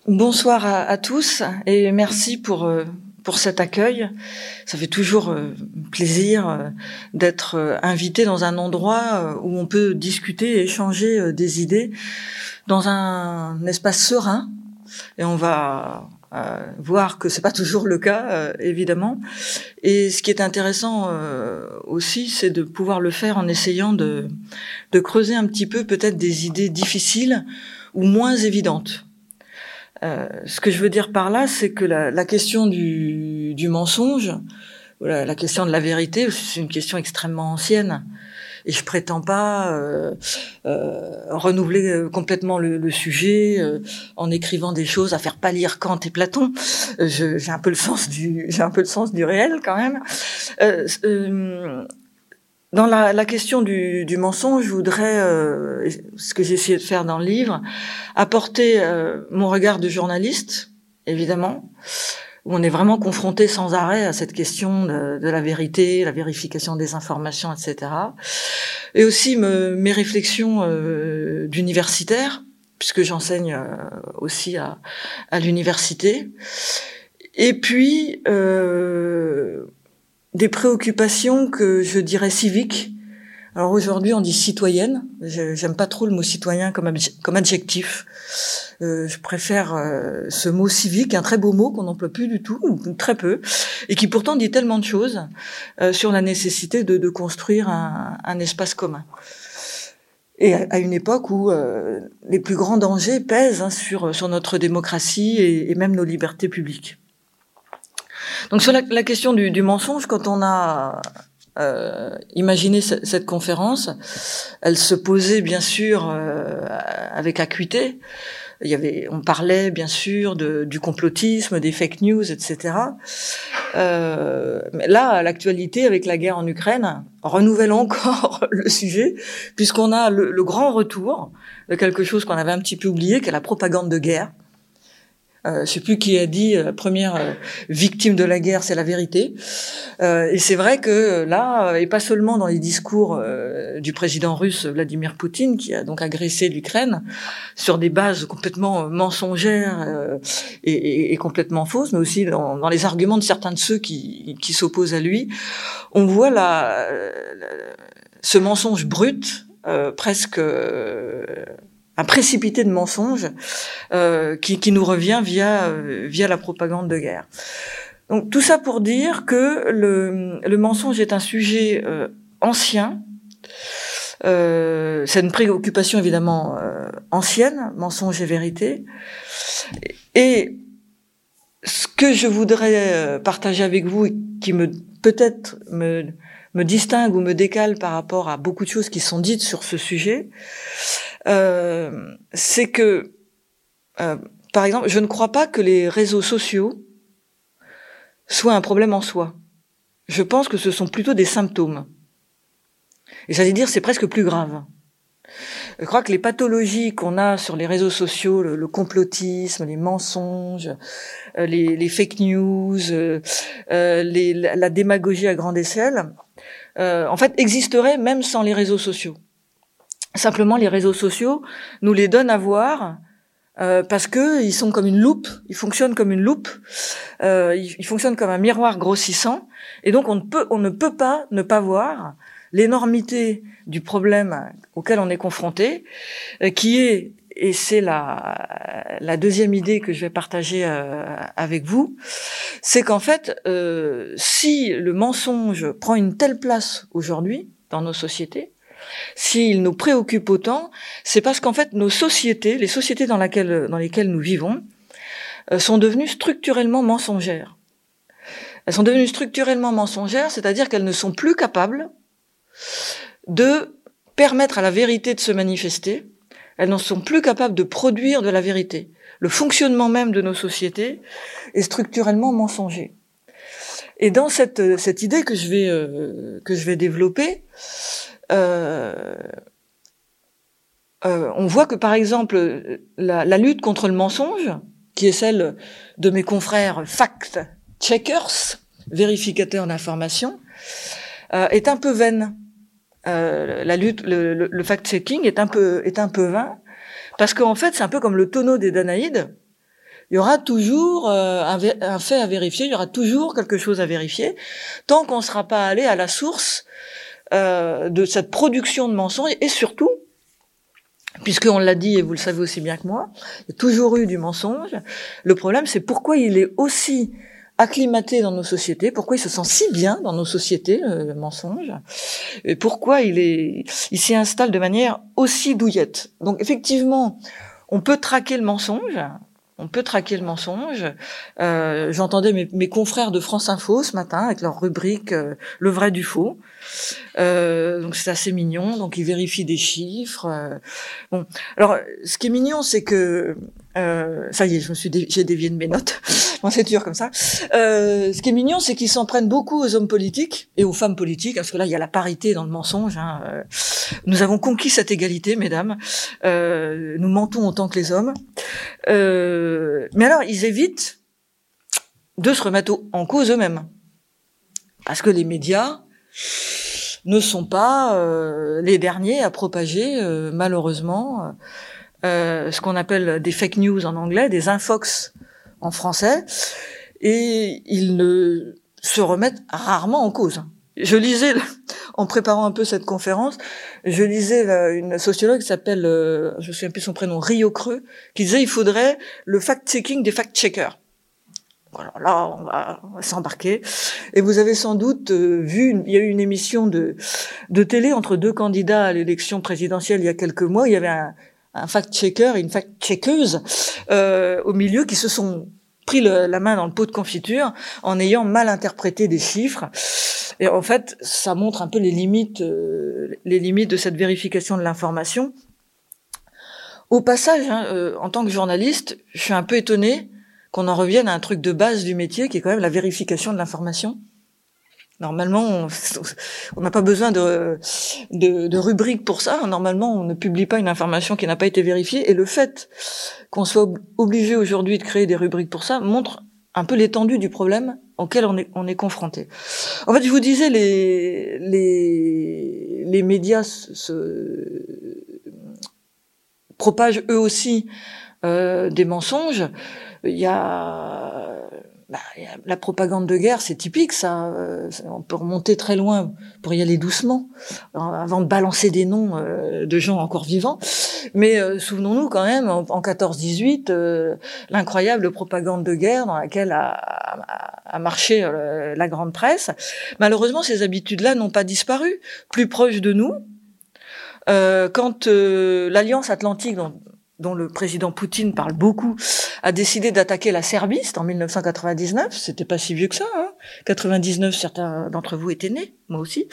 Bonsoir à tous et merci pour cet accueil. Ça fait toujours plaisir d'être invité dans un endroit où on peut discuter et échanger des idées dans un espace serein. Et on va voir que c'est pas toujours le cas, évidemment. Et ce qui est intéressant aussi, c'est de pouvoir le faire en essayant de creuser un petit peu peut-être des idées difficiles ou moins évidentes. Ce que je veux dire par là, c'est que la question du mensonge, la question de la vérité, c'est une question extrêmement ancienne. Et je prétends pas renouveler complètement le sujet en écrivant des choses à faire pâlir Kant et Platon. J'ai un peu le sens du réel quand même. Dans la question du mensonge, je voudrais, ce que j'ai essayé de faire dans le livre, apporter mon regard de journaliste, évidemment, où on est vraiment confronté sans arrêt à cette question de la vérité, la vérification des informations, etc. Et aussi mes réflexions d'universitaire, puisque j'enseigne aussi à l'université. Et puis des préoccupations que je dirais civiques. Alors aujourd'hui, on dit citoyenne. J'aime pas trop le mot citoyen comme adjectif. Je préfère ce mot civique, un très beau mot qu'on n'emploie plus du tout, ou très peu, et qui pourtant dit tellement de choses sur la nécessité de construire un espace commun. Et à une époque où les plus grands dangers pèsent sur notre démocratie et même nos libertés publiques. Donc sur la question du mensonge, quand on a imaginé cette conférence, elle se posait bien sûr avec acuité. On parlait bien sûr du complotisme, des fake news, etc. Mais là, l'actualité avec la guerre en Ukraine renouvelle encore le sujet, puisqu'on a le grand retour de quelque chose qu'on avait un petit peu oublié, qui est la propagande de guerre. Je sais plus qui a dit la première victime de la guerre, c'est la vérité. Et c'est vrai que là, et pas seulement dans les discours du président russe Vladimir Poutine, qui a donc agressé l'Ukraine sur des bases complètement mensongères et complètement fausses, mais aussi dans les arguments de certains de ceux qui s'opposent à lui, on voit ce mensonge brut, presque un précipité de mensonges qui nous revient via la propagande de guerre. Donc tout ça pour dire que le mensonge est un sujet ancien. C'est une préoccupation évidemment ancienne, mensonge et vérité. Et ce que je voudrais partager avec vous, et qui peut-être me distingue ou me décale par rapport à beaucoup de choses qui sont dites sur ce sujet, c'est que, par exemple, je ne crois pas que les réseaux sociaux soient un problème en soi. Je pense que ce sont plutôt des symptômes. Et j'allais dire, c'est presque plus grave. Je crois que les pathologies qu'on a sur les réseaux sociaux, le complotisme, les mensonges, les fake news, la démagogie à grande échelle, en fait, existeraient même sans les réseaux sociaux. Simplement, les réseaux sociaux nous les donnent à voir parce que ils sont comme une loupe, ils fonctionnent comme une loupe, ils fonctionnent comme un miroir grossissant, et donc on ne peut pas ne pas voir l'énormité du problème auquel on est confronté, qui est, et c'est la deuxième idée que je vais partager avec vous, c'est qu'en fait, si le mensonge prend une telle place aujourd'hui dans nos sociétés, s'il nous préoccupe autant, c'est parce qu'en fait nos sociétés, les sociétés dans lesquelles nous vivons, sont devenues structurellement mensongères. Elles sont devenues structurellement mensongères, c'est-à-dire qu'elles ne sont plus capables de permettre à la vérité de se manifester. Elles ne sont plus capables de produire de la vérité. Le fonctionnement même de nos sociétés est structurellement mensonger. Et dans cette idée que je vais développer, on voit que par exemple la lutte contre le mensonge, qui est celle de mes confrères fact-checkers, vérificateurs d'informations, est un peu vaine. La lutte, le fact-checking est un peu vain, parce qu'en fait c'est un peu comme le tonneau des Danaïdes. Il y aura toujours un fait à vérifier, il y aura toujours quelque chose à vérifier, tant qu'on ne sera pas allé à la source de cette production de mensonges, et surtout, puisqu'on l'a dit et vous le savez aussi bien que moi, il y a toujours eu du mensonge. Le problème, c'est pourquoi il est aussi acclimaté dans nos sociétés, pourquoi il se sent si bien dans nos sociétés, le mensonge, et pourquoi il s'y installe de manière aussi douillette. Donc effectivement, on peut traquer le mensonge. J'entendais mes confrères de France Info ce matin avec leur rubrique Le vrai du faux. Donc c'est assez mignon. Donc ils vérifient des chiffres. Bon, alors ce qui est mignon, c'est que ça y est, j'ai dévié de mes notes. Bon, c'est dur comme ça. Ce qui est mignon, c'est qu'ils s'en prennent beaucoup aux hommes politiques et aux femmes politiques, parce que là il y a la parité dans le mensonge. Nous avons conquis cette égalité, mesdames. Nous mentons autant que les hommes. Mais alors, ils évitent de se remettre en cause eux-mêmes. Parce que les médias ne sont pas les derniers à propager, malheureusement, ce qu'on appelle des fake news en anglais, des infox en français, et ils ne se remettent rarement en cause. Je lisais, en préparant un peu cette conférence, je lisais une sociologue qui s'appelle, je ne sais plus son prénom, Rio Creux, qui disait il faudrait le fact-checking des fact-checkers. Voilà, là, on va s'embarquer. Et vous avez sans doute vu, il y a eu une émission de télé entre deux candidats à l'élection présidentielle il y a quelques mois. Il y avait un fact-checker et une fact-checkeuse au milieu qui se sont pris la main dans le pot de confiture en ayant mal interprété des chiffres. Et en fait, ça montre un peu les limites de cette vérification de l'information. Au passage, en tant que journaliste, je suis un peu étonnée qu'on en revienne à un truc de base du métier qui est quand même la vérification de l'information. Normalement, on n'a pas besoin de rubrique pour ça. Normalement, on ne publie pas une information qui n'a pas été vérifiée. Et le fait qu'on soit obligé aujourd'hui de créer des rubriques pour ça montre un peu l'étendue du problème auquel on est confronté. En fait, je vous disais, les médias se propagent eux aussi des mensonges. Il y a la propagande de guerre, c'est typique, ça. On peut remonter très loin pour y aller doucement, avant de balancer des noms de gens encore vivants. Mais souvenons-nous quand même, en 14-18, l'incroyable propagande de guerre dans laquelle a marché la grande presse. Malheureusement, ces habitudes-là n'ont pas disparu. Plus proche de nous, quand l'Alliance Atlantique, dont le président Poutine parle beaucoup, a décidé d'attaquer la Serbie, c'était en 1999, c'était pas si vieux que ça, 99, certains d'entre vous étaient nés, moi aussi.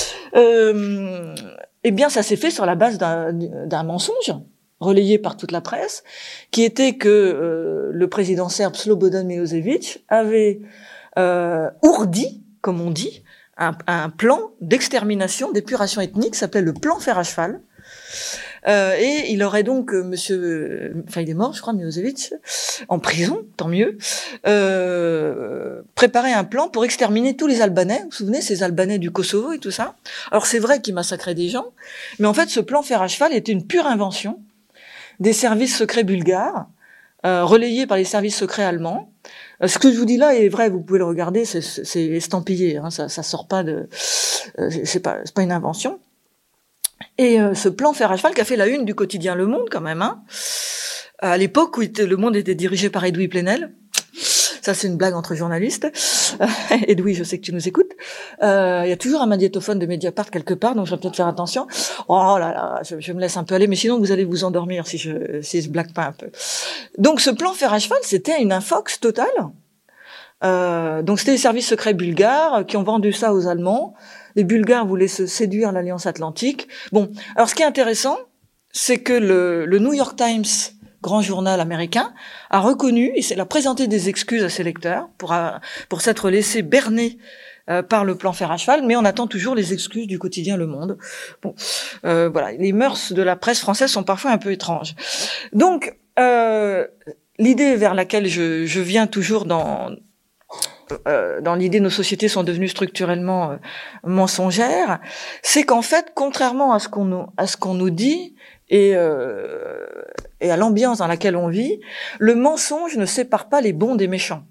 Eh bien, ça s'est fait sur la base d'un mensonge, relayé par toute la presse, qui était que le président serbe Slobodan Milosevic avait ourdi, comme on dit, un plan d'extermination, d'épuration ethnique, s'appelait le plan Fer à cheval. Et il aurait donc, il est mort, je crois, Milosevic, en prison, tant mieux, préparé un plan pour exterminer tous les Albanais. Vous vous souvenez, ces Albanais du Kosovo et tout ça. Alors c'est vrai qu'il massacrait des gens, mais en fait, ce plan Fer à cheval était une pure invention des services secrets bulgares, relayés par les services secrets allemands. Ce que je vous dis là est vrai, vous pouvez le regarder, c'est estampillé, ça sort pas de, c'est pas une invention. Et ce plan Fer à cheval qui a fait la une du quotidien Le Monde quand même, à l'époque où Le Monde était dirigé par Edoui Plenel. Ça, c'est une blague entre journalistes. Edoui, je sais que tu nous écoutes. Il y a toujours un magnétophone de Mediapart quelque part, donc je vais peut-être faire attention. Oh là là, je me laisse un peu aller, mais sinon vous allez vous endormir si je blague pas un peu. Donc ce plan Fer à cheval, c'était une infox totale. Donc c'était les services secrets bulgares qui ont vendu ça aux Allemands. Les Bulgares voulaient se séduire l'Alliance Atlantique. Bon, alors ce qui est intéressant, c'est que le New York Times, grand journal américain, a reconnu, et il a présenté des excuses à ses lecteurs pour s'être laissé berner par le plan Fer à cheval, mais on attend toujours les excuses du quotidien Le Monde. Bon, voilà, les mœurs de la presse française sont parfois un peu étranges. Donc, l'idée vers laquelle je viens toujours dans l'idée nos sociétés sont devenues structurellement mensongères, c'est qu'en fait, contrairement à ce qu'on nous dit, et à l'ambiance dans laquelle on vit, le mensonge ne sépare pas les bons des méchants.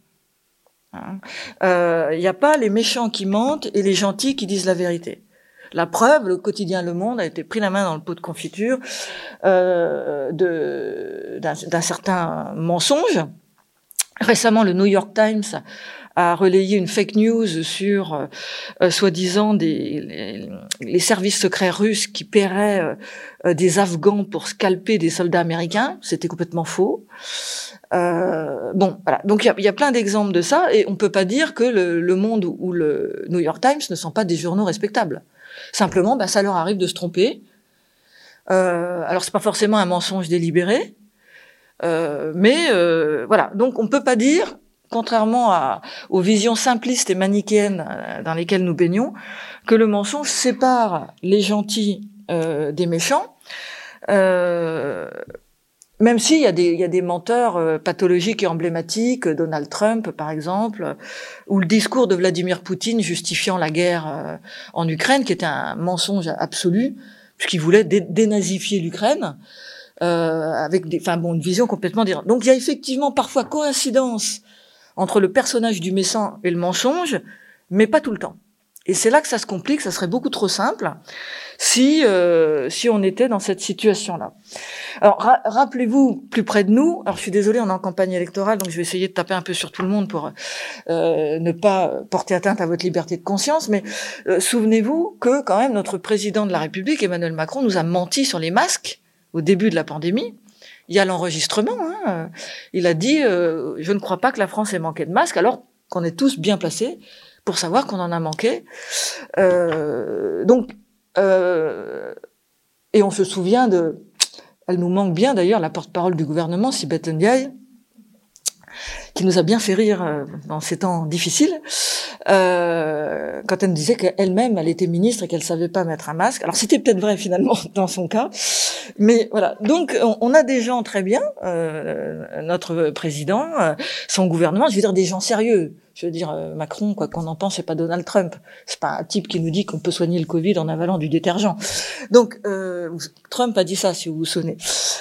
Il n'y a pas les méchants qui mentent et les gentils qui disent la vérité. La preuve, le quotidien Le Monde a été pris la main dans le pot de confiture d'un certain mensonge. Récemment, le New York Times a relayé une fake news sur soi-disant les services secrets russes qui paieraient des Afghans pour scalper des soldats américains. C'était complètement faux. Bon, voilà. Donc il y a plein d'exemples de ça, et on peut pas dire que le Monde ou le New York Times ne sont pas des journaux respectables. Simplement, ça leur arrive de se tromper. Alors c'est pas forcément un mensonge délibéré, mais voilà. Donc on peut pas dire, contrairement aux visions simplistes et manichéennes dans lesquelles nous baignons, que le mensonge sépare les gentils des méchants. Même s'il y a des menteurs pathologiques et emblématiques, Donald Trump par exemple, ou le discours de Vladimir Poutine justifiant la guerre en Ukraine, qui était un mensonge absolu, puisqu'il voulait dénazifier l'Ukraine, avec une vision complètement différente. Donc il y a effectivement parfois coïncidence entre le personnage du méchant et le mensonge, mais pas tout le temps. Et c'est là que ça se complique. Ça serait beaucoup trop simple si on était dans cette situation-là. Alors rappelez-vous, plus près de nous, alors je suis désolée, on est en campagne électorale, donc je vais essayer de taper un peu sur tout le monde pour ne pas porter atteinte à votre liberté de conscience, mais souvenez-vous que quand même notre président de la République, Emmanuel Macron, nous a menti sur les masques au début de la pandémie. Il y a l'enregistrement, il a dit je ne crois pas que la France ait manqué de masques, alors qu'on est tous bien placés pour savoir qu'on en a manqué. Et on se souvient elle nous manque bien d'ailleurs, la porte-parole du gouvernement, Sibeth Ndiaye, qui nous a bien fait rire dans ces temps difficiles, quand elle nous disait qu'elle-même, elle était ministre et qu'elle savait pas mettre un masque. Alors c'était peut-être vrai finalement dans son cas, mais voilà. Donc on a des gens très bien, notre président, son gouvernement, je veux dire des gens sérieux. Je veux dire, Macron, quoi qu'on en pense, c'est pas Donald Trump. C'est pas un type qui nous dit qu'on peut soigner le Covid en avalant du détergent. Donc, Trump a dit ça, si vous vous souvenez.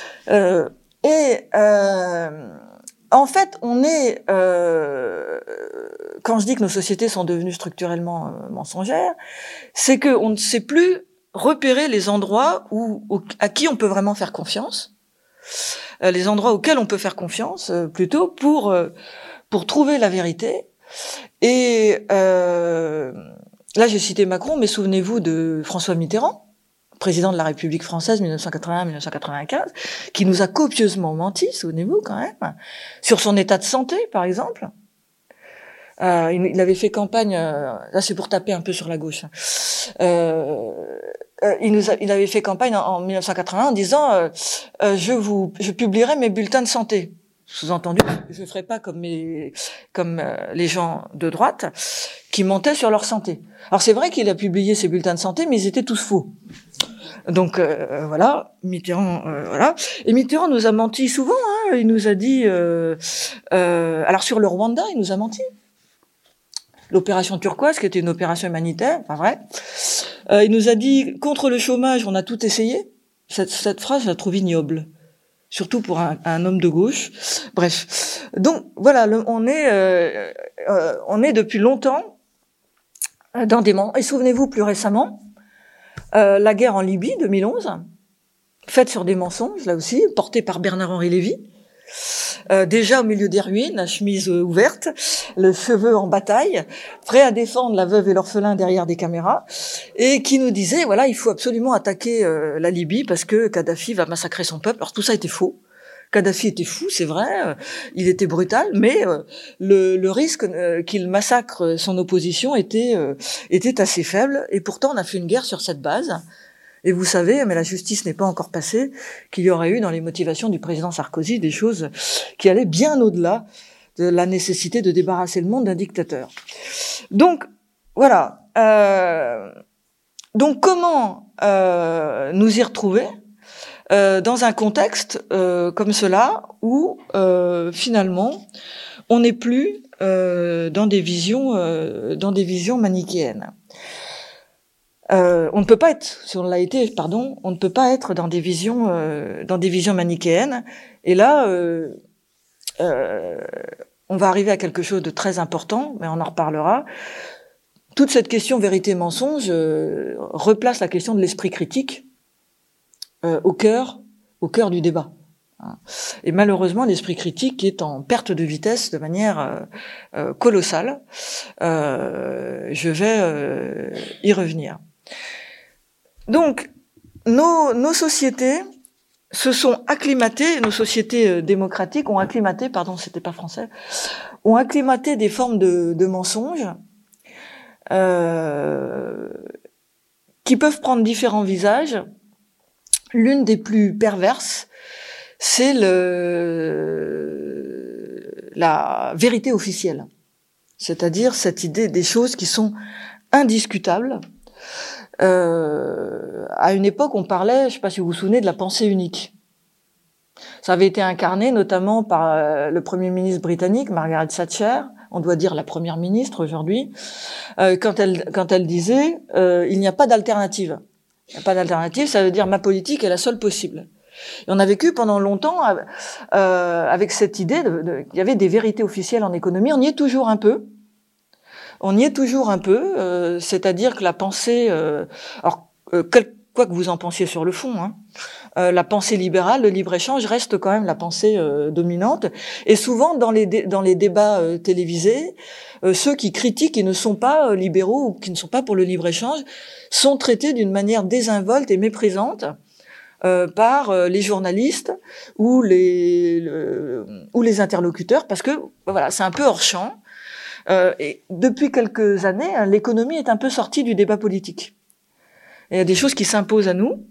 En fait, on est... quand je dis que nos sociétés sont devenues structurellement mensongères, c'est qu'on ne sait plus repérer les endroits à qui on peut vraiment faire confiance, les endroits auxquels on peut faire confiance, plutôt pour trouver la vérité. Et là, j'ai cité Macron, mais souvenez-vous de François Mitterrand, président de la République française 1981-1995, qui nous a copieusement menti, souvenez-vous quand même, sur son état de santé, par exemple. Il avait fait campagne, là c'est pour taper un peu sur la gauche. Il avait fait campagne en 1981 en disant je publierai mes bulletins de santé. Sous-entendu, je ferai pas comme les gens de droite qui mentaient sur leur santé. Alors c'est vrai qu'il a publié ses bulletins de santé, mais ils étaient tous faux. Donc voilà, Mitterrand, voilà. Et Mitterrand nous a menti souvent. Il nous a dit, alors sur le Rwanda, il nous a menti. L'opération turquoise, qui était une opération humanitaire, pas vrai. Il nous a dit contre le chômage, on a tout essayé. Cette phrase, je la trouve ignoble. Surtout pour un homme de gauche. Bref. Donc, voilà, on est depuis longtemps dans des mensonges. Et souvenez-vous, plus récemment, la guerre en Libye, 2011, faite sur des mensonges, là aussi, portée par Bernard-Henri Lévy. Déjà au milieu des ruines, la chemise ouverte, le cheveu en bataille, prêt à défendre la veuve et l'orphelin derrière des caméras, et qui nous disait, voilà, il faut absolument attaquer la Libye parce que Kadhafi va massacrer son peuple. Alors tout ça était faux. Kadhafi était fou, c'est vrai, il était brutal, mais le risque qu'il massacre son opposition était assez faible, et pourtant on a fait une guerre sur cette base. Et vous savez, mais la justice n'est pas encore passée, qu'il y aurait eu dans les motivations du président Sarkozy des choses qui allaient bien au-delà de la nécessité de débarrasser le monde d'un dictateur. Donc, voilà. Donc, comment nous y retrouver dans un contexte comme cela où, finalement, on n'est plus dans des visions manichéennes. On ne peut pas être, si on l'a été, pardon, on ne peut pas être dans des visions manichéennes. Et là, on va arriver à quelque chose de très important, mais on en reparlera. Toute cette question vérité-mensonge replace la question de l'esprit critique au cœur du débat. Et malheureusement, l'esprit critique est en perte de vitesse de manière colossale. Je vais y revenir. Donc, nos sociétés se sont acclimatées, nos sociétés démocratiques ont acclimaté, pardon, c'était pas français, ont acclimaté des formes de mensonges qui peuvent prendre différents visages. L'une des plus perverses, c'est la vérité officielle. C'est-à-dire cette idée des choses qui sont indiscutables. À une époque, on parlait, je ne sais pas si vous vous souvenez, de la pensée unique. Ça avait été incarné notamment par le Premier ministre britannique, Margaret Thatcher, on doit dire la Première ministre aujourd'hui, quand elle disait « il n'y a pas d'alternative ». Il n'y a pas d'alternative, ça veut dire ma politique est la seule possible. Et on a vécu pendant longtemps avec cette idée qu'il y avait des vérités officielles en économie. On y est toujours un peu. C'est-à-dire que la pensée, quoi que vous en pensiez sur le fond, la pensée libérale, le libre-échange reste quand même la pensée dominante. Et souvent, dans les débats télévisés, ceux qui critiquent et ne sont pas libéraux ou qui ne sont pas pour le libre-échange sont traités d'une manière désinvolte et méprisante par les journalistes ou les interlocuteurs, parce que voilà, c'est un peu hors champ. Et depuis quelques années, l'économie est un peu sortie du débat politique. Et il y a des choses qui s'imposent à nous.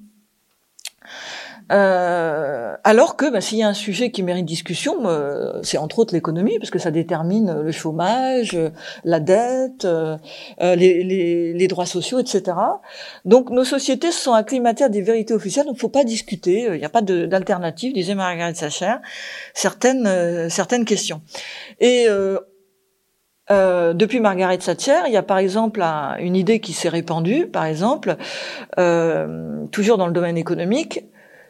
Alors que s'il y a un sujet qui mérite discussion, c'est entre autres l'économie, parce que ça détermine le chômage, la dette, les droits sociaux, etc. Donc nos sociétés se sont acclimatées à des vérités officielles, donc il ne faut pas discuter, il n'y a pas d'alternative, disait Margaret Thatcher, certaines questions. Et depuis Margaret Thatcher, il y a par exemple une idée qui s'est répandue, par exemple, toujours dans le domaine économique,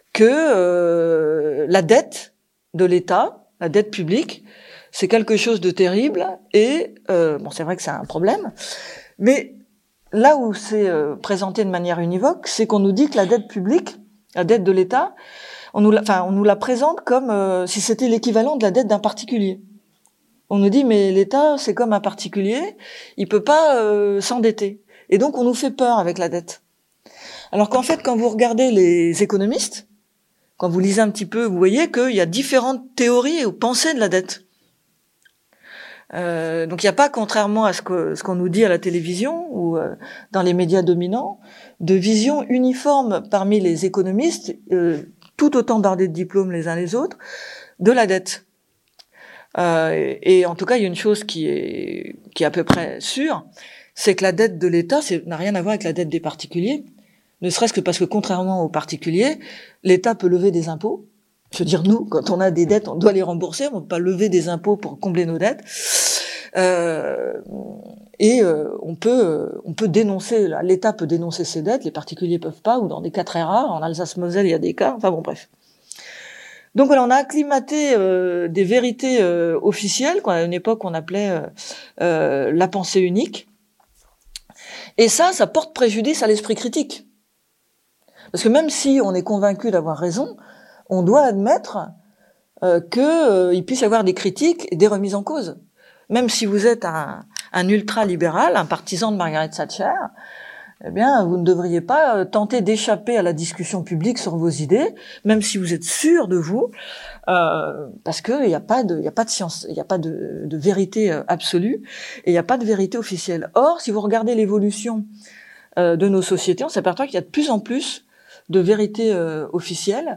que la dette de l'État, la dette publique, c'est quelque chose de terrible et c'est vrai que c'est un problème, mais là où c'est présenté de manière univoque, c'est qu'on nous dit que la dette publique, la dette de l'État, on nous la présente comme si c'était l'équivalent de la dette d'un particulier. On nous dit mais l'État c'est comme un particulier, il peut pas s'endetter et donc on nous fait peur avec la dette. Alors qu'en fait quand vous regardez les économistes, quand vous lisez un petit peu, vous voyez qu'il y a différentes théories ou pensées de la dette. Donc il n'y a pas, contrairement à ce qu'on nous dit à la télévision ou dans les médias dominants, de vision uniforme parmi les économistes, tout autant bardés de diplômes les uns les autres, de la dette. Et en tout cas, il y a une chose qui est à peu près sûre, c'est que la dette de l'État n'a rien à voir avec la dette des particuliers. Ne serait-ce que parce que, contrairement aux particuliers, l'État peut lever des impôts. Je veux dire, nous, quand on a des dettes, on doit les rembourser, on ne peut pas lever des impôts pour combler nos dettes. On peut dénoncer, l'État peut dénoncer ses dettes, les particuliers peuvent pas, ou dans des cas très rares, en Alsace-Moselle, il y a des cas, enfin bon, bref. Donc voilà, on a acclimaté des vérités officielles, qu'à une époque on appelait la pensée unique, et ça porte préjudice à l'esprit critique. Parce que même si on est convaincu d'avoir raison, on doit admettre qu'il puisse y avoir des critiques et des remises en cause. Même si vous êtes un ultra-libéral, un partisan de Margaret Thatcher, eh bien, vous ne devriez pas tenter d'échapper à la discussion publique sur vos idées, même si vous êtes sûr de vous, parce que il n'y a pas de science, il n'y a pas de vérité absolue, et il n'y a pas de vérité officielle. Or, si vous regardez l'évolution de nos sociétés, on s'aperçoit qu'il y a de plus en plus de vérités officielles,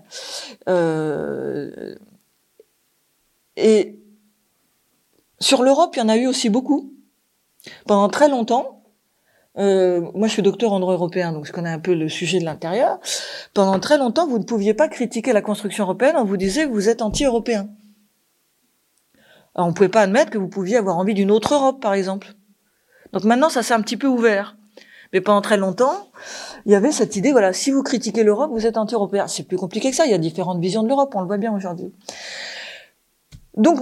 et sur l'Europe, il y en a eu aussi beaucoup. Pendant très longtemps, moi je suis docteur en droit européen, donc je connais un peu le sujet de l'intérieur. Pendant très longtemps, vous ne pouviez pas critiquer la construction européenne, on vous disait que vous êtes anti-européen. Alors, on ne pouvait pas admettre que vous pouviez avoir envie d'une autre Europe, par exemple. Donc maintenant, ça s'est un petit peu ouvert. Mais pendant très longtemps, il y avait cette idée, voilà, si vous critiquez l'Europe, vous êtes anti-européen. C'est plus compliqué que ça, il y a différentes visions de l'Europe, on le voit bien aujourd'hui. Donc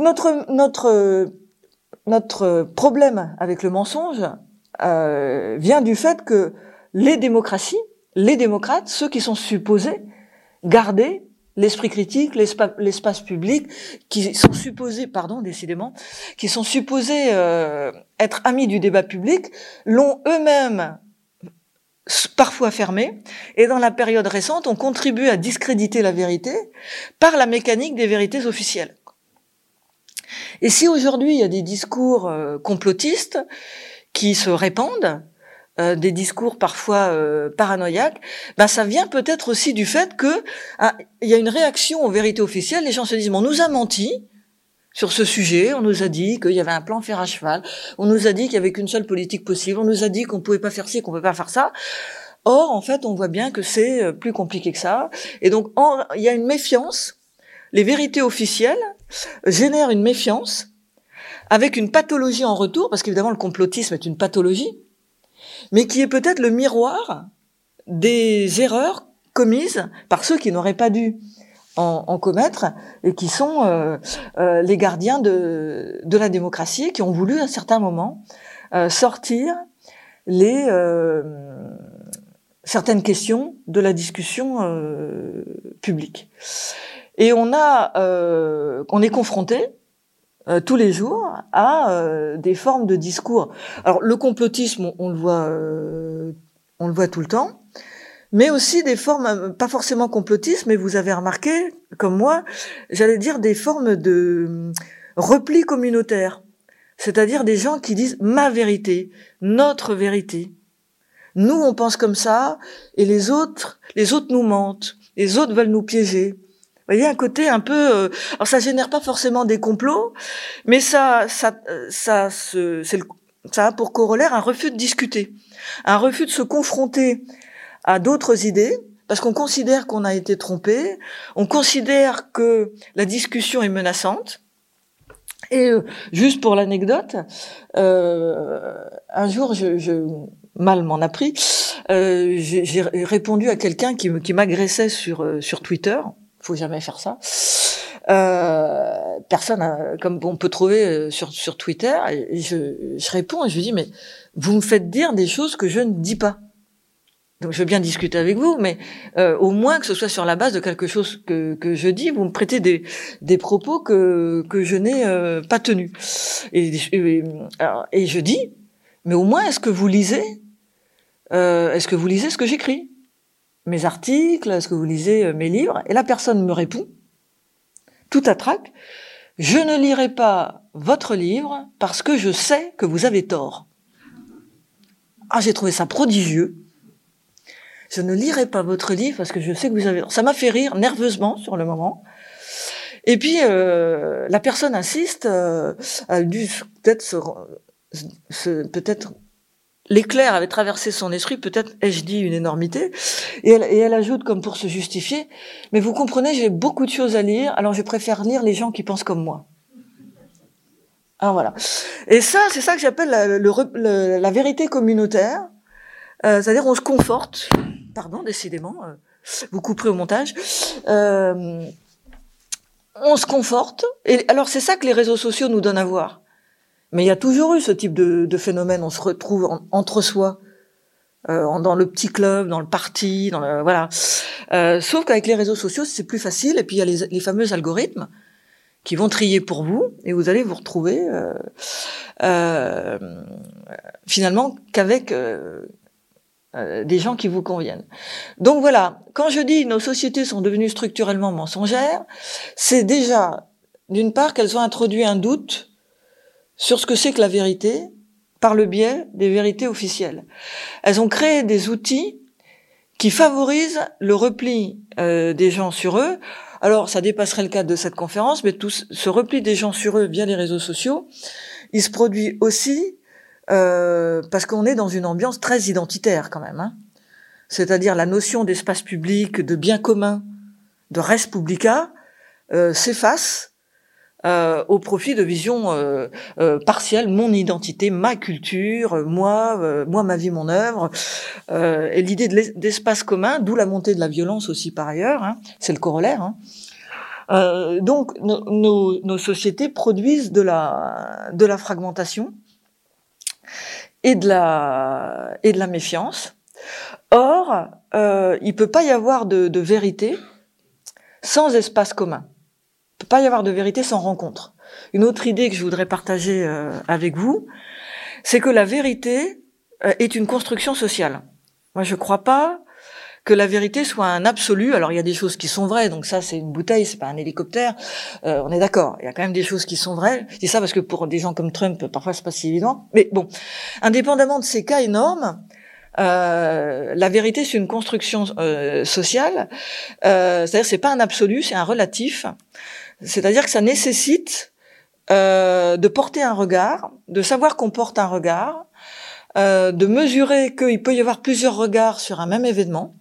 notre problème avec le mensonge vient du fait que les démocraties, les démocrates, ceux qui sont supposés garder l'esprit critique, l'espace public, qui sont supposés, décidément, qui sont supposés être amis du débat public, l'ont eux-mêmes parfois fermé, et dans la période récente, ont contribué à discréditer la vérité par la mécanique des vérités officielles. Et si aujourd'hui il y a des discours complotistes qui se répandent, des discours parfois paranoïaques, ben ça vient peut-être aussi du fait que il y a une réaction aux vérités officielles. Les gens se disent on nous a menti sur ce sujet, on nous a dit qu'il y avait un plan fer à cheval, on nous a dit qu'il y avait qu'une seule politique possible, on nous a dit qu'on pouvait pas faire ci, qu'on pouvait pas faire ça. Or en fait on voit bien que c'est plus compliqué que ça, et donc il y a une méfiance. Les vérités officielles génèrent une méfiance avec une pathologie en retour, parce qu'évidemment le complotisme est une pathologie, mais qui est peut-être le miroir des erreurs commises par ceux qui n'auraient pas dû en commettre, et qui sont les gardiens de la démocratie, qui ont voulu à certains moments sortir certaines questions de la discussion publique. Et on est confronté tous les jours à des formes de discours. Alors le complotisme, on le voit tout le temps, mais aussi des formes pas forcément complotistes, mais vous avez remarqué, comme moi, j'allais dire des formes de repli communautaire, c'est-à-dire des gens qui disent ma vérité, notre vérité. Nous on pense comme ça, et les autres nous mentent, les autres veulent nous piéger. Vous voyez, un côté un peu... alors ça génère pas forcément des complots, mais ça a pour corollaire un refus de discuter, un refus de se confronter à d'autres idées, parce qu'on considère qu'on a été trompé, on considère que la discussion est menaçante. Et juste pour l'anecdote, un jour, mal m'en a pris, j'ai répondu à quelqu'un qui m'agressait sur Twitter. Faut jamais faire ça. Personne, comme on peut trouver sur Twitter, et je réponds et je lui dis mais vous me faites dire des choses que je ne dis pas. Donc je veux bien discuter avec vous, mais au moins que ce soit sur la base de quelque chose que je dis, vous me prêtez des propos que je n'ai pas tenus. Et je dis, mais au moins est-ce que vous lisez ce que j'écris, mes articles, est-ce que vous lisez mes livres? Et la personne me répond, tout à trac, je ne lirai pas votre livre parce que je sais que vous avez tort. Ah, j'ai trouvé ça prodigieux. Je ne lirai pas votre livre parce que je sais que vous avez tort. Ça m'a fait rire nerveusement sur le moment. Et puis la personne insiste, a dû peut-être l'éclair avait traversé son esprit, peut-être ai-je dit une énormité, et elle ajoute comme pour se justifier, mais vous comprenez, j'ai beaucoup de choses à lire, alors je préfère lire les gens qui pensent comme moi. Alors voilà. Et ça, c'est ça que j'appelle la vérité communautaire, c'est-à-dire on se conforte, décidément, vous couperez au montage, on se conforte, et alors c'est ça que les réseaux sociaux nous donnent à voir. Mais il y a toujours eu ce type de phénomène. On se retrouve entre soi, dans le petit club, dans le parti, voilà. Sauf qu'avec les réseaux sociaux, c'est plus facile. Et puis il y a les fameux algorithmes qui vont trier pour vous, et vous allez vous retrouver finalement qu'avec des gens qui vous conviennent. Donc voilà. Quand je dis nos sociétés sont devenues structurellement mensongères, c'est déjà d'une part qu'elles ont introduit un doute sur ce que c'est que la vérité, par le biais des vérités officielles. Elles ont créé des outils qui favorisent le repli des gens sur eux. Alors, ça dépasserait le cadre de cette conférence, mais tout ce repli des gens sur eux via les réseaux sociaux, il se produit aussi parce qu'on est dans une ambiance très identitaire quand même. Hein. C'est-à-dire la notion d'espace public, de bien commun, de res publica, s'efface au profit de visions partielles, mon identité, ma culture, moi, ma vie, mon œuvre, et l'idée d'espace commun, d'où la montée de la violence aussi par ailleurs, hein, c'est le corollaire. Hein. Donc nos sociétés produisent de la fragmentation et de la méfiance. Or, il peut pas y avoir de vérité sans espace commun. Il peut pas y avoir de vérité sans rencontre. Une autre idée que je voudrais partager avec vous, c'est que la vérité est une construction sociale. Moi, je crois pas que la vérité soit un absolu. Alors, il y a des choses qui sont vraies, donc ça, c'est une bouteille, c'est pas un hélicoptère. On est d'accord. Il y a quand même des choses qui sont vraies. Je dis ça parce que pour des gens comme Trump, parfois, c'est pas si évident. Mais bon, indépendamment de ces cas énormes, la vérité, c'est une construction sociale. C'est-à-dire, c'est pas un absolu, c'est un relatif. C'est-à-dire que ça nécessite de porter un regard, de savoir qu'on porte un regard, de mesurer qu'il peut y avoir plusieurs regards sur un même événement,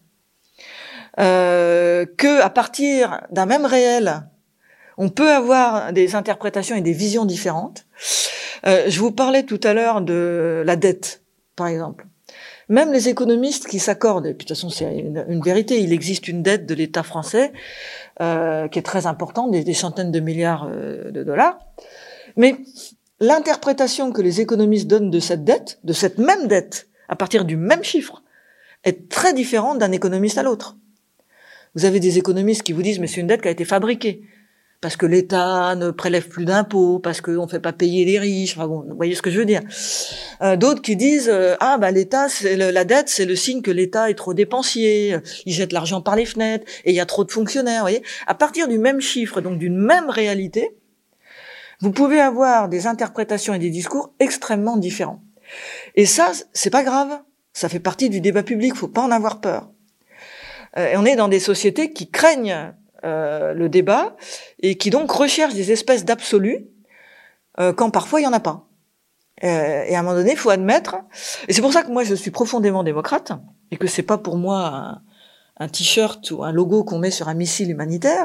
que à partir d'un même réel, on peut avoir des interprétations et des visions différentes. Je vous parlais tout à l'heure de la dette, par exemple. Même les économistes qui s'accordent, et puis de toute façon c'est une vérité, il existe une dette de l'État français qui est très importante, des centaines de milliards de dollars. Mais l'interprétation que les économistes donnent de cette dette, de cette même dette, à partir du même chiffre, est très différente d'un économiste à l'autre. Vous avez des économistes qui vous disent « mais c'est une dette qui a été fabriquée ». Parce que l'État ne prélève plus d'impôts, parce qu'on ne fait pas payer les riches. Enfin bon, vous voyez ce que je veux dire. D'autres qui disent l'État, la dette, c'est le signe que l'État est trop dépensier. Il jette l'argent par les fenêtres et il y a trop de fonctionnaires. Vous voyez. À partir du même chiffre, donc d'une même réalité, vous pouvez avoir des interprétations et des discours extrêmement différents. Et ça, c'est pas grave. Ça fait partie du débat public. Faut pas en avoir peur. Et on est dans des sociétés qui craignent le débat et qui donc recherchent des espèces d'absolus quand parfois il y en a pas. Et à un moment donné, il faut admettre. Et c'est pour ça que moi je suis profondément démocrate et que c'est pas pour moi un t-shirt ou un logo qu'on met sur un missile humanitaire.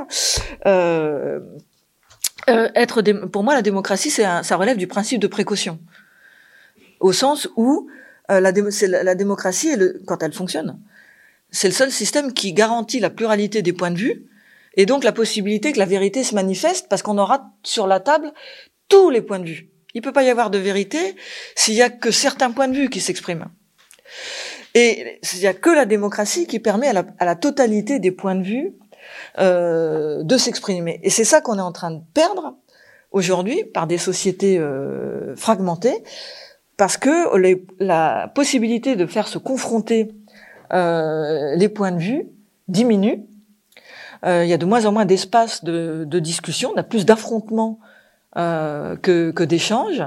Pour moi, la démocratie, ça relève du principe de précaution, au sens où la démocratie, quand elle fonctionne, c'est le seul système qui garantit la pluralité des points de vue. Et donc la possibilité que la vérité se manifeste parce qu'on aura sur la table tous les points de vue. Il peut pas y avoir de vérité s'il y a que certains points de vue qui s'expriment. Et il y a que la démocratie qui permet à la totalité des points de vue de s'exprimer. Et c'est ça qu'on est en train de perdre aujourd'hui par des sociétés fragmentées, parce que la possibilité de faire se confronter les points de vue diminue. Il y a de moins en moins d'espace de discussion, on a plus d'affrontements que d'échanges.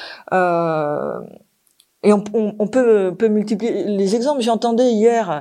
Et on peut multiplier les exemples. J'entendais hier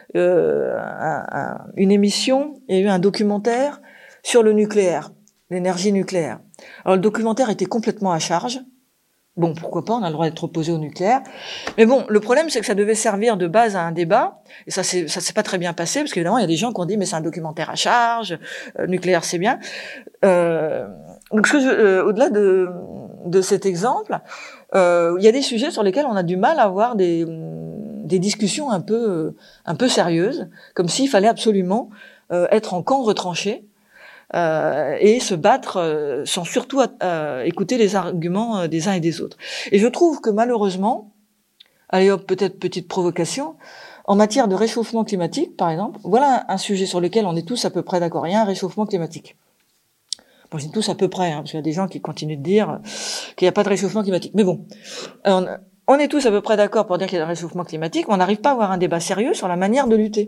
une émission, il y a eu un documentaire sur le nucléaire, l'énergie nucléaire. Alors le documentaire était complètement à charge. Bon, pourquoi pas, on a le droit d'être opposé au nucléaire. Mais bon, le problème, c'est que ça devait servir de base à un débat, et ça s'est pas très bien passé, parce qu'évidemment, il y a des gens qui ont dit, mais c'est un documentaire à charge, nucléaire, c'est bien. Donc, au-delà de cet exemple, il y a des sujets sur lesquels on a du mal à avoir des discussions un peu sérieuses, comme s'il fallait absolument être en camp retranché, et se battre sans surtout écouter les arguments des uns et des autres. Et je trouve que malheureusement, allez hop, peut-être petite provocation, en matière de réchauffement climatique, par exemple, voilà un sujet sur lequel on est tous à peu près d'accord. Il y a un réchauffement climatique. Bon, je dis tous à peu près, parce qu'il y a des gens qui continuent de dire qu'il n'y a pas de réchauffement climatique. Mais bon, on est tous à peu près d'accord pour dire qu'il y a un réchauffement climatique, mais on n'arrive pas à avoir un débat sérieux sur la manière de lutter.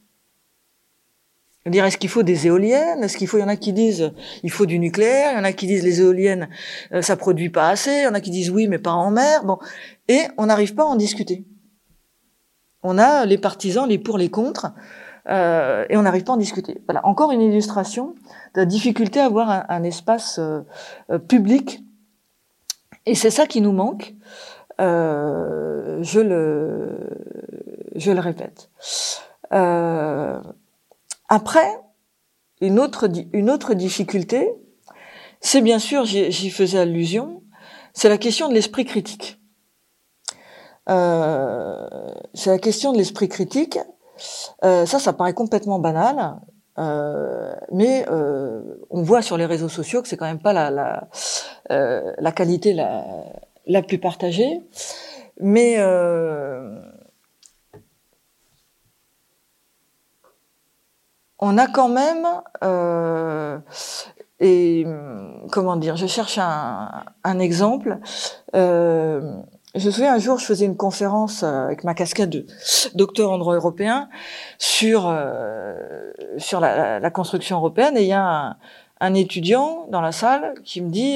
Dire, est-ce qu'il faut des éoliennes? Est-ce qu'il faut, il y en a qui disent, il faut du nucléaire, il y en a qui disent les éoliennes, ça produit pas assez, il y en a qui disent oui, mais pas en mer, bon. Et on n'arrive pas à en discuter. On a les partisans, les pour, les contre, et on n'arrive pas à en discuter. Voilà. Encore une illustration de la difficulté à avoir un espace public. Et c'est ça qui nous manque. Je le répète. Après, une autre difficulté, c'est bien sûr, j'y faisais allusion, c'est la question de l'esprit critique. C'est la question de l'esprit critique. Ça paraît complètement banal, mais on voit sur les réseaux sociaux que c'est quand même pas la qualité la plus partagée. Mais on a quand même comment dire, je cherche un exemple. Je me souviens un jour, je faisais une conférence avec ma casquette de docteur en droit européen sur la construction européenne, et il y a un étudiant dans la salle qui me dit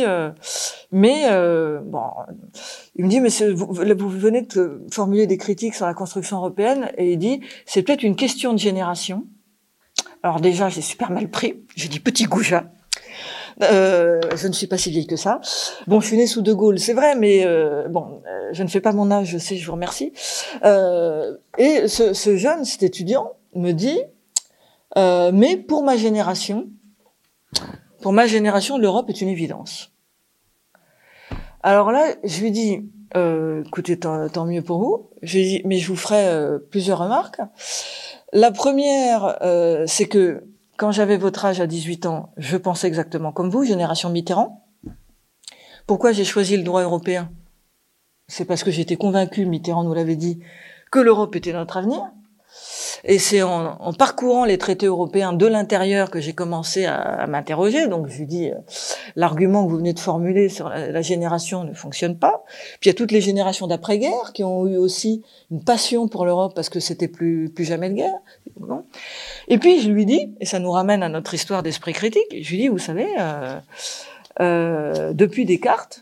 il me dit mais vous venez de formuler des critiques sur la construction européenne, et il dit c'est peut-être une question de génération. Alors déjà, j'ai super mal pris. J'ai dit petit goujat. Je ne suis pas si vieille que ça. Bon, je suis née sous De Gaulle, c'est vrai, mais je ne fais pas mon âge, je sais, je vous remercie. Et cet étudiant me dit, mais pour ma génération, l'Europe est une évidence. Alors là, je lui dis, écoutez, tant mieux pour vous. Je lui dis, mais je vous ferai plusieurs remarques. La première, c'est que quand j'avais votre âge à 18 ans, je pensais exactement comme vous, génération Mitterrand. Pourquoi j'ai choisi le droit européen? C'est parce que j'étais convaincue, Mitterrand nous l'avait dit, que l'Europe était notre avenir. Et c'est en parcourant les traités européens de l'intérieur que j'ai commencé à m'interroger. Donc je lui dis, l'argument que vous venez de formuler sur la génération ne fonctionne pas. Puis il y a toutes les générations d'après-guerre qui ont eu aussi une passion pour l'Europe parce que c'était plus jamais de guerre. Bon. Et puis je lui dis, et ça nous ramène à notre histoire d'esprit critique, je lui dis, vous savez, depuis Descartes,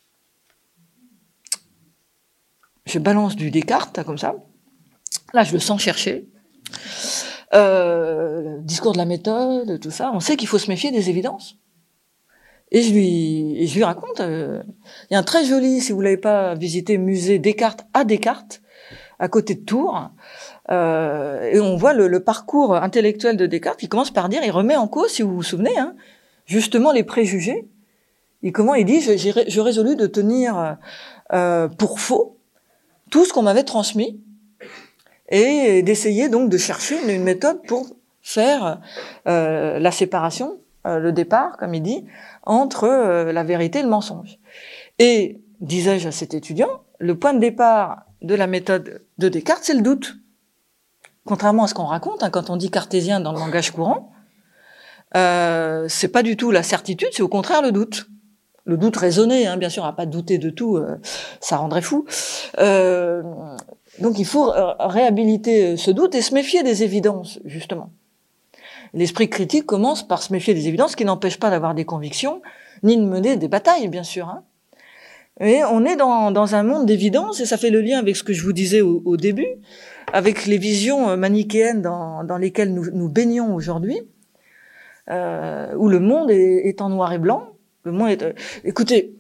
je balance du Descartes, comme ça. Là, je le sens chercher. Discours de la méthode, tout ça. On sait qu'il faut se méfier des évidences. Et je lui raconte. Il y a un très joli, si vous l'avez pas visité, musée Descartes à Descartes, à côté de Tours. Et on voit le parcours intellectuel de Descartes qui commence par dire, il remet en cause, si vous vous souvenez, justement les préjugés. Et comment il dit, je résolus de tenir pour faux tout ce qu'on m'avait transmis, et d'essayer donc de chercher une méthode pour faire la séparation, le départ, comme il dit, entre la vérité et le mensonge. Et, disais-je à cet étudiant, le point de départ de la méthode de Descartes, c'est le doute. Contrairement à ce qu'on raconte, quand on dit cartésien dans le langage courant, c'est pas du tout la certitude, c'est au contraire le doute. Le doute raisonné, bien sûr, à pas douter de tout, ça rendrait fou. Donc il faut réhabiliter ce doute et se méfier des évidences, justement. L'esprit critique commence par se méfier des évidences, qui n'empêchent pas d'avoir des convictions, ni de mener des batailles, bien sûr. Mais on est dans un monde d'évidence, et ça fait le lien avec ce que je vous disais au début, avec les visions manichéennes dans lesquelles nous baignons aujourd'hui, où le monde est en noir et blanc. Le monde est... Écoutez,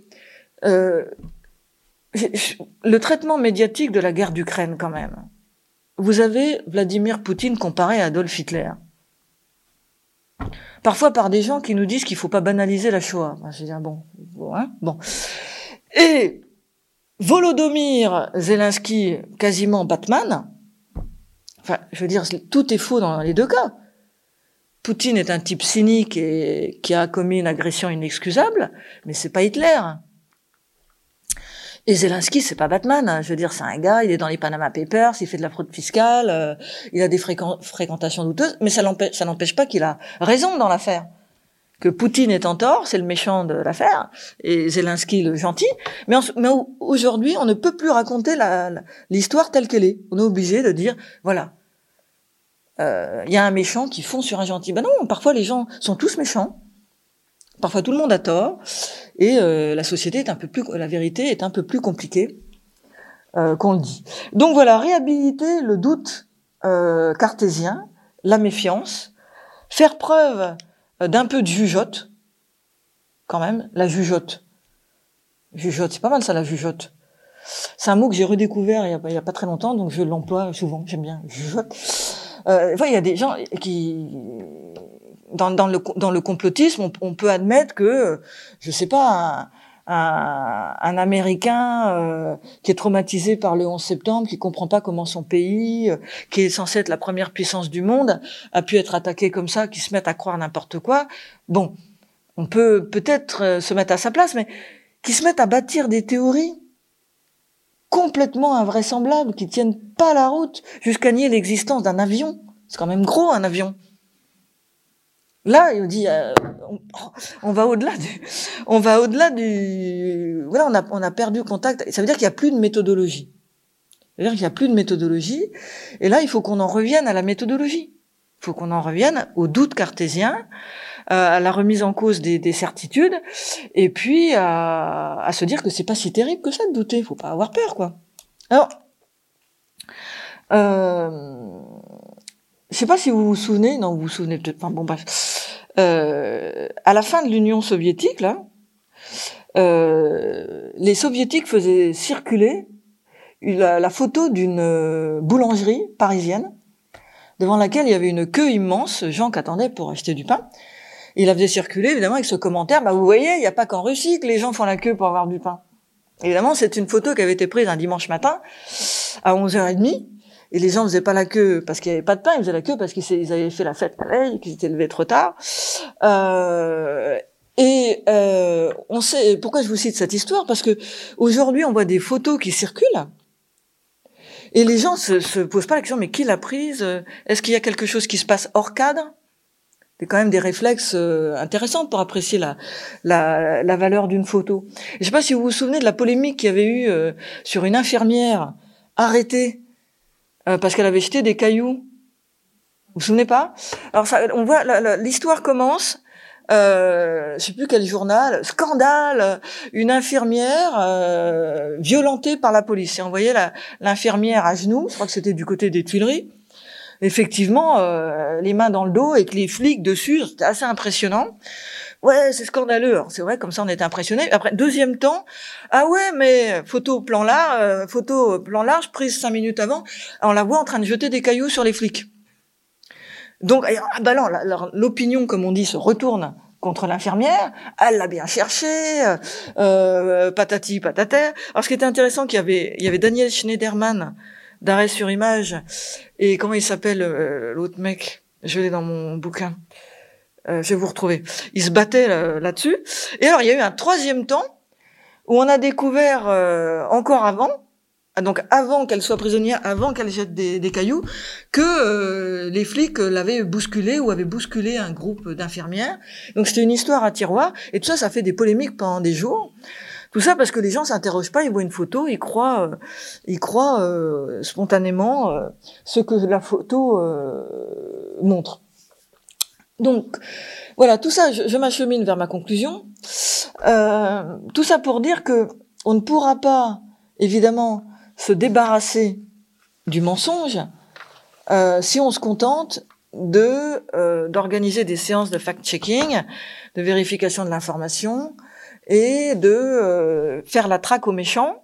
le traitement médiatique de la guerre d'Ukraine, quand même. Vous avez Vladimir Poutine comparé à Adolf Hitler. Parfois par des gens qui nous disent qu'il faut pas banaliser la Shoah. Je veux dire, bon. Et Volodymyr Zelensky, quasiment Batman. Enfin, je veux dire, tout est faux dans les deux cas. Poutine est un type cynique et qui a commis une agression inexcusable, mais c'est pas Hitler. Et Zelensky, c'est pas Batman. Je veux dire, c'est un gars, il est dans les Panama Papers, il fait de la fraude fiscale, il a des fréquentations douteuses, mais ça n'empêche pas qu'il a raison dans l'affaire. Que Poutine est en tort, c'est le méchant de l'affaire, et Zelensky le gentil. Mais aujourd'hui, on ne peut plus raconter l'histoire telle qu'elle est. On est obligé de dire, voilà, y a un méchant qui fond sur un gentil. Ben non, parfois les gens sont tous méchants. Parfois tout le monde a tort, et la société la vérité est un peu plus compliquée qu'on le dit. Donc voilà, réhabiliter le doute cartésien, la méfiance, faire preuve d'un peu de jugeote, quand même, la jugeote. Jugeote, c'est pas mal ça, la jugeote. C'est un mot que j'ai redécouvert il y a pas très longtemps, donc je l'emploie souvent, j'aime bien, jugeote. Il y a des gens dans le complotisme, on peut admettre que, je sais pas, un Américain qui est traumatisé par le 11 septembre, qui comprend pas comment son pays, qui est censé être la première puissance du monde, a pu être attaqué comme ça, qui se mette à croire n'importe quoi. Bon, on peut peut-être se mettre à sa place, mais qui se mettent à bâtir des théories complètement invraisemblables, qui tiennent pas la route, jusqu'à nier l'existence d'un avion. C'est quand même gros, un avion. Là, il dit, on va au-delà du, voilà, on a perdu contact. Ça veut dire qu'il n'y a plus de méthodologie. C'est-à-dire qu'il n'y a plus de méthodologie. Et là, il faut qu'on en revienne à la méthodologie. Il faut qu'on en revienne au doute cartésien, à la remise en cause des certitudes, et puis à se dire que c'est pas si terrible que ça de douter. Il faut pas avoir peur, quoi. Alors, je sais pas si vous vous souvenez, non, vous vous souvenez peut-être pas, bon bref. À la fin de l'Union soviétique, là, les soviétiques faisaient circuler la photo d'une boulangerie parisienne, devant laquelle il y avait une queue immense, gens qui attendaient pour acheter du pain. Il la faisait circuler, évidemment, avec ce commentaire, vous voyez, il n'y a pas qu'en Russie que les gens font la queue pour avoir du pain. Évidemment, c'est une photo qui avait été prise un dimanche matin, à 11h30, et les gens faisaient pas la queue parce qu'il n'y avait pas de pain, ils faisaient la queue parce qu'ils avaient fait la fête la veille, qu'ils étaient levés trop tard. On sait, pourquoi je vous cite cette histoire? Parce que aujourd'hui, on voit des photos qui circulent, et les gens se posent pas la question, mais qui l'a prise? Est-ce qu'il y a quelque chose qui se passe hors cadre? C'est quand même des réflexes intéressants pour apprécier la valeur d'une photo. Et je sais pas si vous vous souvenez de la polémique qu'il y avait eu sur une infirmière arrêtée parce qu'elle avait jeté des cailloux. Vous vous souvenez pas? Alors ça, on voit l'histoire commence. Je sais plus quel journal, scandale, une infirmière violentée par la police. Et on voyait l'infirmière à genoux, je crois que c'était du côté des Tuileries, effectivement, les mains dans le dos et que les flics dessus, c'était assez impressionnant. Ouais, c'est scandaleux. Alors, c'est vrai, comme ça on était impressionnés. Après, deuxième temps, ah ouais, mais photo plan large, prise 5 minutes avant, on la voit en train de jeter des cailloux sur les flics. Donc, non, l'opinion, comme on dit, se retourne contre l'infirmière. Elle l'a bien cherché, patati patata. Alors, ce qui était intéressant, il y avait Daniel Schneiderman d'Arrêt sur Image, et comment il s'appelle l'autre mec, je l'ai dans mon bouquin, je vais vous retrouver. Il se battait là-dessus. Et alors, il y a eu un troisième temps où on a découvert encore avant, donc avant qu'elle soit prisonnière, avant qu'elle jette des cailloux, que les flics l'avaient bousculée ou avaient bousculé un groupe d'infirmières. Donc c'était une histoire à tiroir, et tout ça, ça fait des polémiques pendant des jours. Tout ça parce que les gens s'interrogent pas, ils voient une photo, ils croient spontanément ce que la photo montre. Donc voilà, tout ça, je m'achemine vers ma conclusion. Tout ça pour dire que on ne pourra pas, évidemment, se débarrasser du mensonge si on se contente d'organiser des séances de fact-checking, de vérification de l'information, et de faire la traque aux méchants,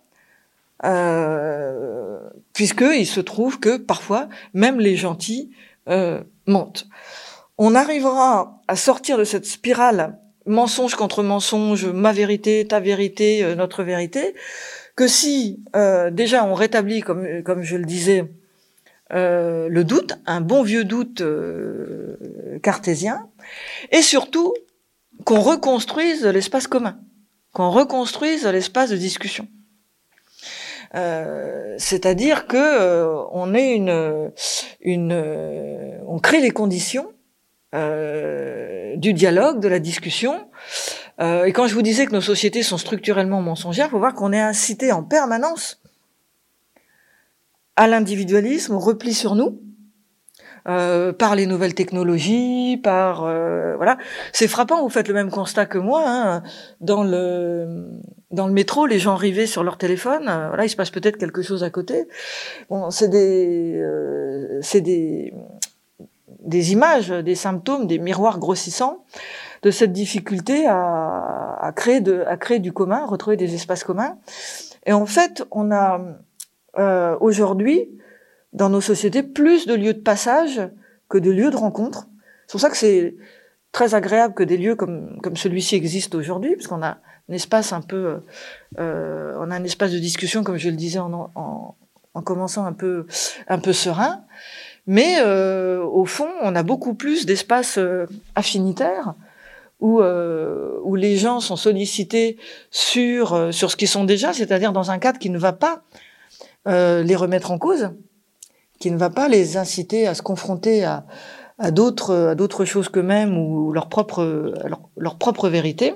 puisqu'il se trouve que parfois, même les gentils mentent. On arrivera à sortir de cette spirale mensonge contre mensonge, ma vérité, ta vérité, notre vérité, que si déjà on rétablit, comme je le disais, le doute, un bon vieux doute cartésien, et surtout qu'on reconstruise l'espace commun, qu'on reconstruise l'espace de discussion. C'est-à-dire que on crée les conditions du dialogue, de la discussion. Et quand je vous disais que nos sociétés sont structurellement mensongères, il faut voir qu'on est incité en permanence à l'individualisme, au repli sur nous, par les nouvelles technologies, voilà. C'est frappant, vous faites le même constat que moi, hein. Dans le métro, les gens rivés sur leur téléphone, voilà, il se passe peut-être quelque chose à côté. Bon, c'est des images, des symptômes, des miroirs grossissants de cette difficulté à créer du commun, à retrouver des espaces communs. Et en fait, on a aujourd'hui, dans nos sociétés, plus de lieux de passage que de lieux de rencontre. C'est pour ça que c'est très agréable que des lieux comme celui-ci existent aujourd'hui, parce qu'on a un espace un peu, on a un espace de discussion, comme je le disais en commençant un peu serein, mais au fond, on a beaucoup plus d'espaces affinitaires où les gens sont sollicités sur ce qu'ils sont déjà, c'est-à-dire dans un cadre qui ne va pas les remettre en cause, qui ne va pas les inciter à se confronter à d'autres choses qu'eux-mêmes ou leur propre vérité.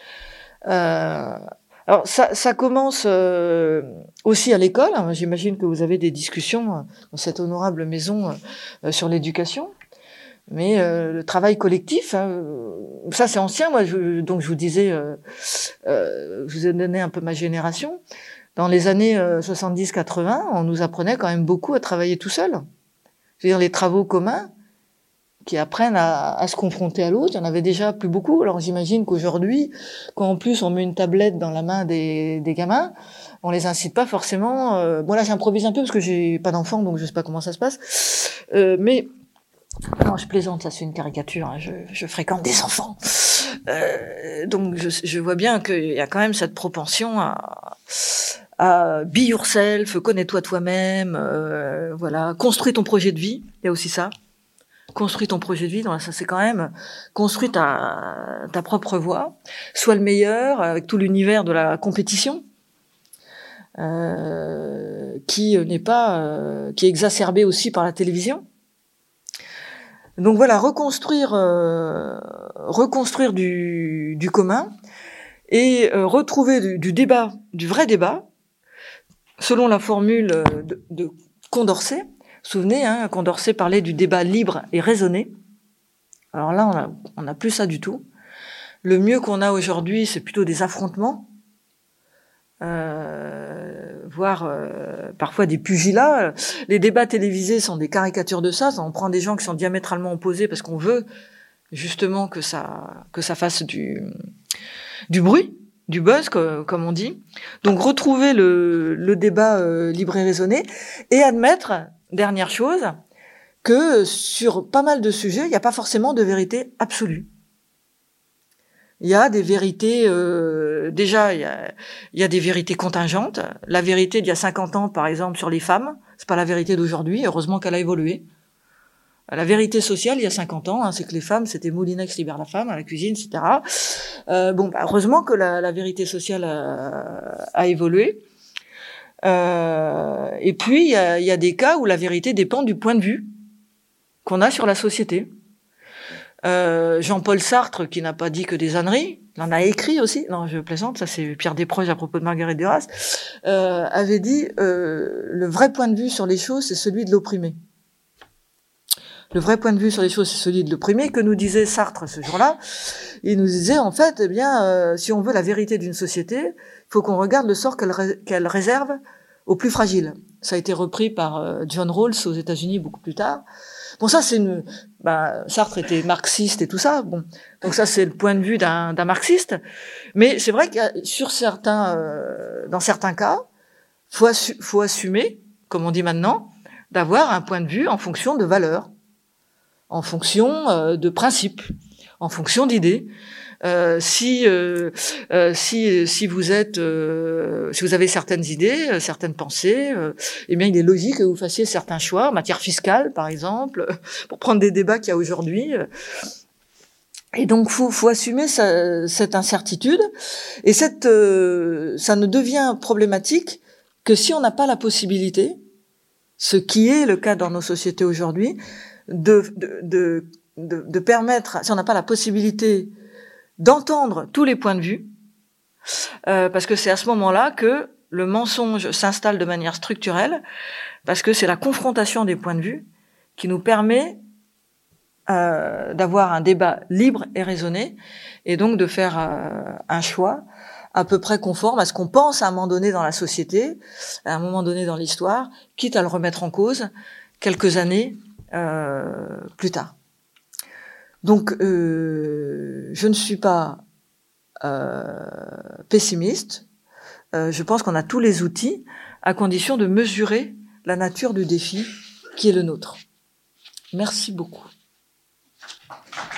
Alors ça commence aussi à l'école. J'imagine que vous avez des discussions dans cette honorable maison sur l'éducation. Mais le travail collectif, ça c'est ancien. Moi, donc je vous disais, je vous ai donné un peu ma génération. Dans les années 70-80, on nous apprenait quand même beaucoup à travailler tout seul. Je veux dire, les travaux communs qui apprennent à se confronter à l'autre, il y en avait déjà plus beaucoup. Alors j'imagine qu'aujourd'hui, quand en plus on met une tablette dans la main des gamins, on les incite pas forcément. Bon là j'improvise un peu parce que j'ai pas d'enfant, donc je sais pas comment ça se passe. Mais non, je plaisante, ça c'est une caricature. Hein, je fréquente des enfants, donc je vois bien qu'il y a quand même cette propension à be yourself, connais-toi toi-même, voilà, construis ton projet de vie. Il y a aussi ça. Construis ton projet de vie, donc ça c'est quand même construis ta propre voie, sois le meilleur avec tout l'univers de la compétition qui est exacerbé aussi par la télévision. Donc voilà, reconstruire du commun et retrouver du débat, du vrai débat, selon la formule de Condorcet. Souvenez, Condorcet parlait du débat libre et raisonné. Alors là, on n'a plus ça du tout. Le mieux qu'on a aujourd'hui, c'est plutôt des affrontements, voire parfois des pugilats. Les débats télévisés sont des caricatures de ça. On prend des gens qui sont diamétralement opposés parce qu'on veut justement que ça fasse du bruit, du buzz, comme on dit. Donc retrouver le débat libre et raisonné et admettre, dernière chose, que sur pas mal de sujets, il n'y a pas forcément de vérité absolue. Il y a des vérités, déjà, il y a des vérités contingentes. La vérité d'il y a 50 ans, par exemple, sur les femmes, c'est pas la vérité d'aujourd'hui, heureusement qu'elle a évolué. La vérité sociale, il y a 50 ans, c'est que les femmes, c'était Moulinex libère la femme, à la cuisine, etc. Heureusement que la vérité sociale a évolué. Et puis, il y a des cas où la vérité dépend du point de vue qu'on a sur la société. Jean-Paul Sartre, qui n'a pas dit que des âneries, il en a écrit aussi, non je plaisante, ça c'est Pierre Desproges à propos de Marguerite Duras, avait dit le vrai point de vue sur les choses, c'est celui de l'opprimé. Le vrai point de vue sur les choses, c'est celui de l'opprimé. Que nous disait Sartre ce jour-là? Il nous disait, en fait, si on veut la vérité d'une société, il faut qu'on regarde le sort qu'elle réserve aux plus fragiles. Ça a été repris par John Rawls aux États-Unis beaucoup plus tard. Bon, ça, Sartre était marxiste et tout ça. Bon, donc ça, c'est le point de vue d'un marxiste. Mais c'est vrai que dans certains cas, faut assumer, comme on dit maintenant, d'avoir un point de vue en fonction de valeurs, en fonction de principes, en fonction d'idées. Si vous avez certaines idées, certaines pensées, eh bien, il est logique que vous fassiez certains choix en matière fiscale, par exemple, pour prendre des débats qu'il y a aujourd'hui. Et donc, faut assumer cette incertitude. Et ça ne devient problématique que si on n'a pas la possibilité, ce qui est le cas dans nos sociétés aujourd'hui, de permettre, si on n'a pas la possibilité d'entendre tous les points de vue, parce que c'est à ce moment-là que le mensonge s'installe de manière structurelle, parce que c'est la confrontation des points de vue qui nous permet d'avoir un débat libre et raisonné, et donc de faire un choix à peu près conforme à ce qu'on pense à un moment donné dans la société, à un moment donné dans l'histoire, quitte à le remettre en cause quelques années plus tard. Donc, je ne suis pas pessimiste. Je pense qu'on a tous les outils, à condition de mesurer la nature du défi qui est le nôtre. Merci beaucoup.